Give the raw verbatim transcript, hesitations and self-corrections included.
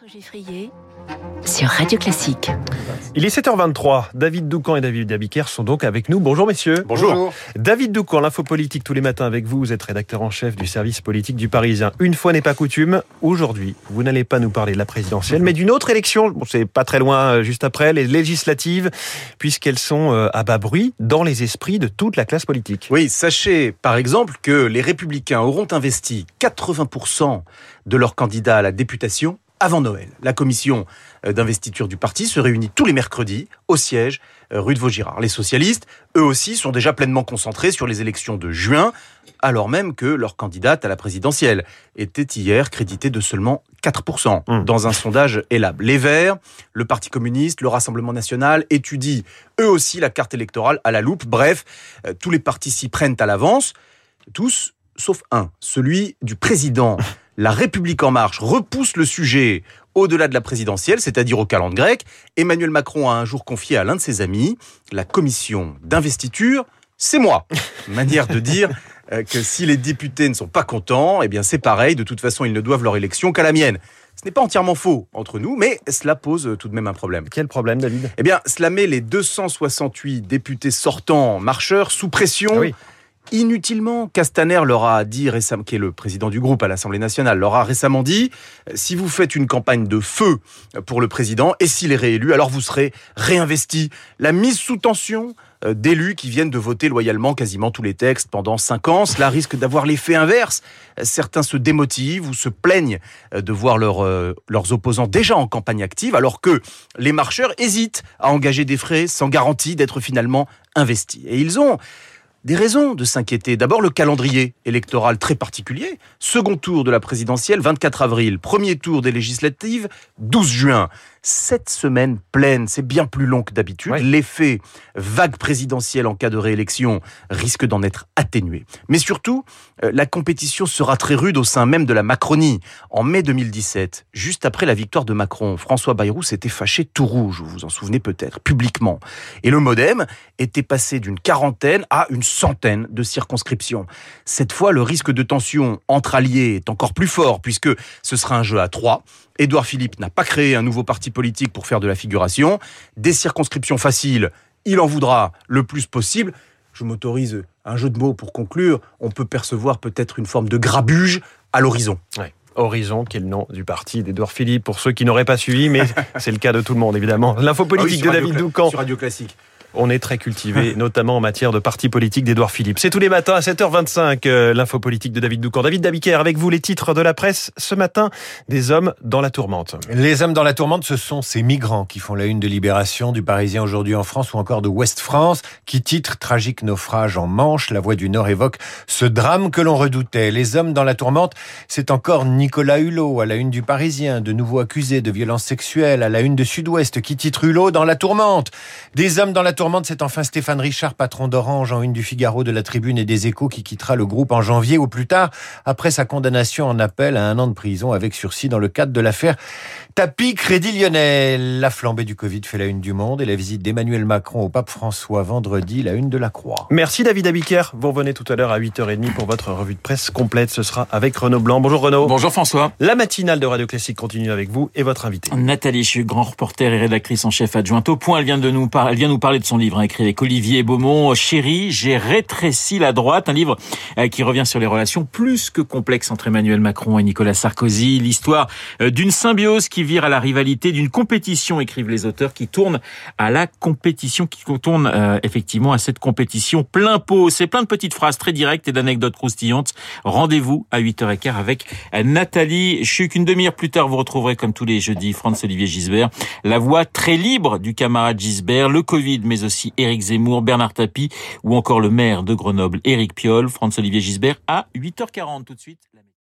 Geffrier sur Radio Classique. Il est sept heures vingt-trois. David Doucan et David Abiker sont donc avec nous. Bonjour messieurs. Bonjour. Bonjour. David Doucan, l'info politique tous les matins avec vous. Vous êtes rédacteur en chef du service politique du Parisien. Une fois n'est pas coutume, aujourd'hui, vous n'allez pas nous parler de la présidentielle, mais d'une autre élection. Bon, c'est pas très loin, juste après, les législatives, puisqu'elles sont à bas bruit dans les esprits de toute la classe politique. Oui, sachez par exemple que les Républicains auront investi quatre-vingts pour cent de leurs candidats à la députation avant Noël. La commission d'investiture du parti se réunit tous les mercredis au siège rue de Vaugirard. Les socialistes, eux aussi, sont déjà pleinement concentrés sur les élections de juin, alors même que leur candidate à la présidentielle était hier créditée de seulement quatre pour cent mmh. dans un sondage Ellab. Les Verts, le Parti communiste, le Rassemblement national étudient eux aussi la carte électorale à la loupe. Bref, tous les partis s'y prennent à l'avance, tous sauf un, celui du président. La République en marche repousse le sujet au-delà de la présidentielle, c'est-à-dire au calendrier grec. Emmanuel Macron a un jour confié à l'un de ses amis la commission d'investiture, c'est moi. Manière de dire que si les députés ne sont pas contents, eh bien c'est pareil, de toute façon ils ne doivent leur élection qu'à la mienne. Ce n'est pas entièrement faux entre nous, mais cela pose tout de même un problème. Quel problème, David ? Eh bien, cela met les deux cent soixante-huit députés sortants marcheurs sous pression. Ah oui. Inutilement, Castaner leur a dit récemment, qui est le président du groupe à l'Assemblée nationale, leur a récemment dit si vous faites une campagne de feu pour le président et s'il est réélu, alors vous serez réinvesti. La mise sous tension d'élus qui viennent de voter loyalement quasiment tous les textes pendant cinq ans, cela risque d'avoir l'effet inverse. Certains se démotivent ou se plaignent de voir leur, euh, leurs opposants déjà en campagne active, alors que les marcheurs hésitent à engager des frais sans garantie d'être finalement investis. Et ils ont des raisons de s'inquiéter. D'abord, le calendrier électoral très particulier. Second tour de la présidentielle, vingt-quatre avril. Premier tour des législatives, douze juin. Sept semaines pleines, c'est bien plus long que d'habitude. Ouais. L'effet vague présidentielle en cas de réélection risque d'en être atténué. Mais surtout, la compétition sera très rude au sein même de la Macronie. En mai deux mille dix-sept, juste après la victoire de Macron, François Bayrou s'était fâché tout rouge, vous vous en souvenez peut-être, publiquement. Et le MoDem était passé d'une quarantaine à une centaine de circonscriptions. Cette fois, le risque de tension entre alliés est encore plus fort, puisque ce sera un jeu à trois. Édouard Philippe n'a pas créé un nouveau parti politique pour faire de la figuration. Des circonscriptions faciles, il en voudra le plus possible. Je m'autorise un jeu de mots pour conclure. On peut percevoir peut-être une forme de grabuge à l'horizon. Ouais. Horizon, qui est le nom du parti d'Édouard Philippe, pour ceux qui n'auraient pas suivi, mais c'est le cas de tout le monde, évidemment. L'info politique ah oui, de David Doucan. Sur Radio Classique. On est très cultivé, notamment en matière de parti politique d'Édouard Philippe. C'est tous les matins à sept heures vingt-cinq, euh, l'info politique de David Doucan. David Abiker, avec vous les titres de la presse ce matin, des hommes dans la tourmente. Les hommes dans la tourmente, ce sont ces migrants qui font la une de Libération, du Parisien aujourd'hui en France ou encore de Ouest France, qui titre « Tragique naufrage en Manche ». La Voix du Nord évoque ce drame que l'on redoutait. Les hommes dans la tourmente, c'est encore Nicolas Hulot à la une du Parisien, de nouveau accusé de violences sexuelles, à la une de Sud-Ouest, qui titre « Hulot dans la tourmente ». Des hommes dans la tourmente, c'est enfin Stéphane Richard, patron d'Orange, en une du Figaro, de la Tribune et des Échos, qui quittera le groupe en janvier ou plus tard, après sa condamnation en appel à un an de prison avec sursis dans le cadre de l'affaire Tapie Crédit Lyonnais. La flambée du Covid fait la une du Monde et la visite d'Emmanuel Macron au pape François vendredi, la une de la Croix. Merci David Abiker. Vous revenez tout à l'heure à huit heures trente pour votre revue de presse complète. Ce sera avec Renaud Blanc. Bonjour Renaud. Bonjour François. La matinale de Radio Classique continue avec vous et votre invité. Nathalie, je suis grand reporter et rédactrice en chef adjointe au Point. Elle vient de nous par... Elle vient nous parler de son livre, hein, écrit avec Olivier Beaumont. Chérie, j'ai rétréci la droite. Un livre euh, qui revient sur les relations plus que complexes entre Emmanuel Macron et Nicolas Sarkozy. L'histoire euh, d'une symbiose qui vire à la rivalité, d'une compétition, écrivent les auteurs, qui tourne à la compétition, qui tourne euh, effectivement à cette compétition plein pot. C'est plein de petites phrases très directes et d'anecdotes croustillantes. Rendez-vous à huit heures quinze avec Nathalie Chuc. Une demi-heure plus tard, vous retrouverez comme tous les jeudis Franz-Olivier Gisbert, la voix très libre du camarade Gisbert, le Covid, mais aussi Éric Zemmour, Bernard Tapie ou encore le maire de Grenoble, Éric Piolle. Franz-Olivier Gisbert à huit heures quarante tout de suite.